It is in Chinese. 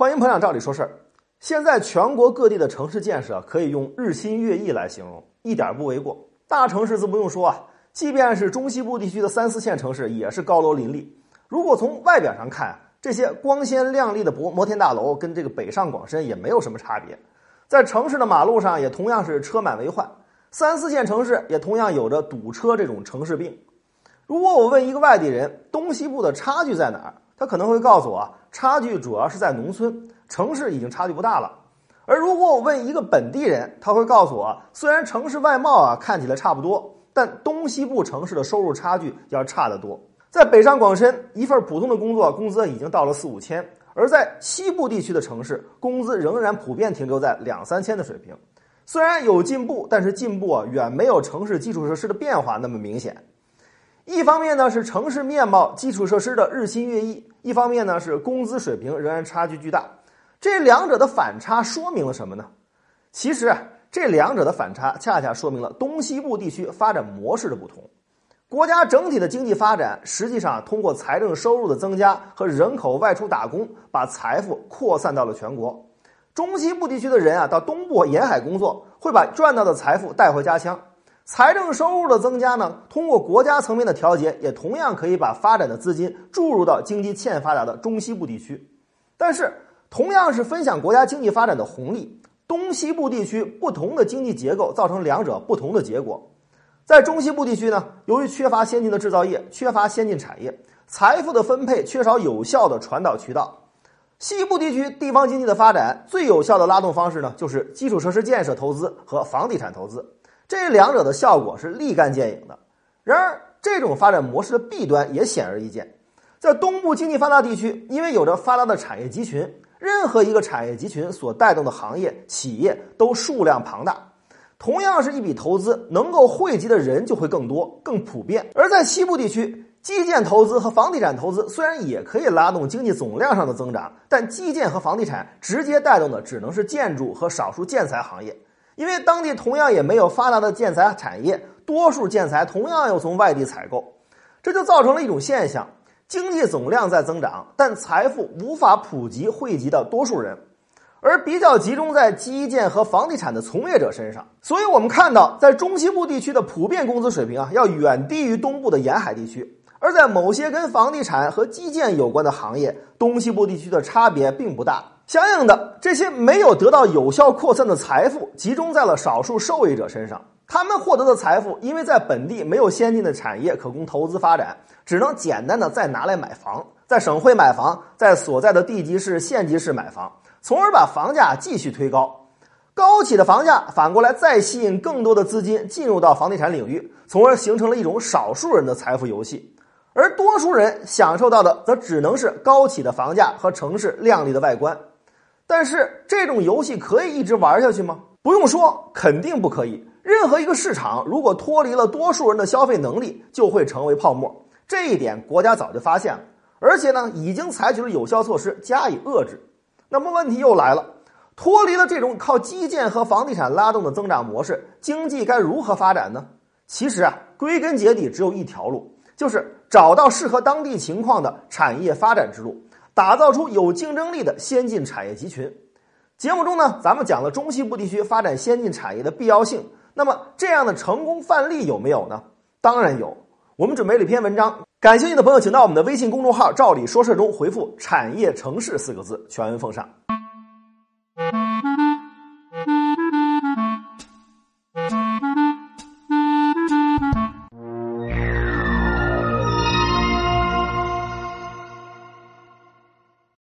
欢迎捧场，照理说事儿。现在全国各地的城市建设可以用日新月异来形容，一点不为过。大城市自不用说啊，即便是中西部地区的3、4线城市也是高楼林立。如果从外表上看，这些光鲜亮丽的摩天大楼跟这个北上广深也没有什么差别。在城市的马路上也同样是车满为患，3、4线城市也同样有着堵车这种城市病。如果我问一个外地人东西部的差距在哪儿，他可能会告诉我差距主要是在农村，城市已经差距不大了。而如果我问一个本地人，他会告诉我虽然城市外貌看起来差不多，但东西部城市的收入差距要差得多。在北上广深，一份普通的工作工资已经到了4、5千，而在西部地区的城市，工资仍然普遍停留在2、3千的水平。虽然有进步，但是进步远没有城市基础设施的变化那么明显。一方面呢是城市面貌、基础设施的日新月异，一方面呢是工资水平仍然差距巨大。这两者的反差说明了什么呢？其实这两者的反差恰恰说明了东西部地区发展模式的不同。国家整体的经济发展实际上通过财政收入的增加和人口外出打工，把财富扩散到了全国。中西部地区的人到东部沿海工作，会把赚到的财富带回家乡。财政收入的增加呢，通过国家层面的调节，也同样可以把发展的资金注入到经济欠发达的中西部地区。但是同样是分享国家经济发展的红利，东西部地区不同的经济结构造成两者不同的结果。在中西部地区呢，由于缺乏先进的制造业，缺乏先进产业，财富的分配缺少有效的传导渠道。西部地区地方经济的发展最有效的拉动方式呢，就是基础设施建设投资和房地产投资。这两者的效果是立竿见影的。然而这种发展模式的弊端也显而易见。在东部经济发达地区，因为有着发达的产业集群，任何一个产业集群所带动的行业企业都数量庞大，同样是一笔投资，能够汇集的人就会更多更普遍。而在西部地区，基建投资和房地产投资虽然也可以拉动经济总量上的增长，但基建和房地产直接带动的只能是建筑和少数建材行业。因为当地同样也没有发达的建材产业，多数建材同样又从外地采购，这就造成了一种现象，经济总量在增长，但财富无法普及汇集到多数人，而比较集中在基建和房地产的从业者身上。所以我们看到在中西部地区的普遍工资水平要远低于东部的沿海地区，而在某些跟房地产和基建有关的行业，东西部地区的差别并不大。相应的，这些没有得到有效扩散的财富集中在了少数受益者身上，他们获得的财富因为在本地没有先进的产业可供投资发展，只能简单的再拿来买房，在省会买房，在所在的地级市、县级市买房，从而把房价继续推高。高企的房价反过来再吸引更多的资金进入到房地产领域，从而形成了一种少数人的财富游戏。而多数人享受到的则只能是高企的房价和城市亮丽的外观。但是这种游戏可以一直玩下去吗？不用说，肯定不可以。任何一个市场如果脱离了多数人的消费能力，就会成为泡沫。这一点国家早就发现了，而且呢，已经采取了有效措施加以遏制。那么问题又来了，脱离了这种靠基建和房地产拉动的增长模式，经济该如何发展呢？其实归根结底只有一条路，就是找到适合当地情况的产业发展之路，打造出有竞争力的先进产业集群。节目中呢，咱们讲了中西部地区发展先进产业的必要性，那么这样的成功范例有没有呢？当然有。我们准备了一篇文章，感兴趣的朋友请到我们的微信公众号照理说事中回复产业城市4个字，全文奉上。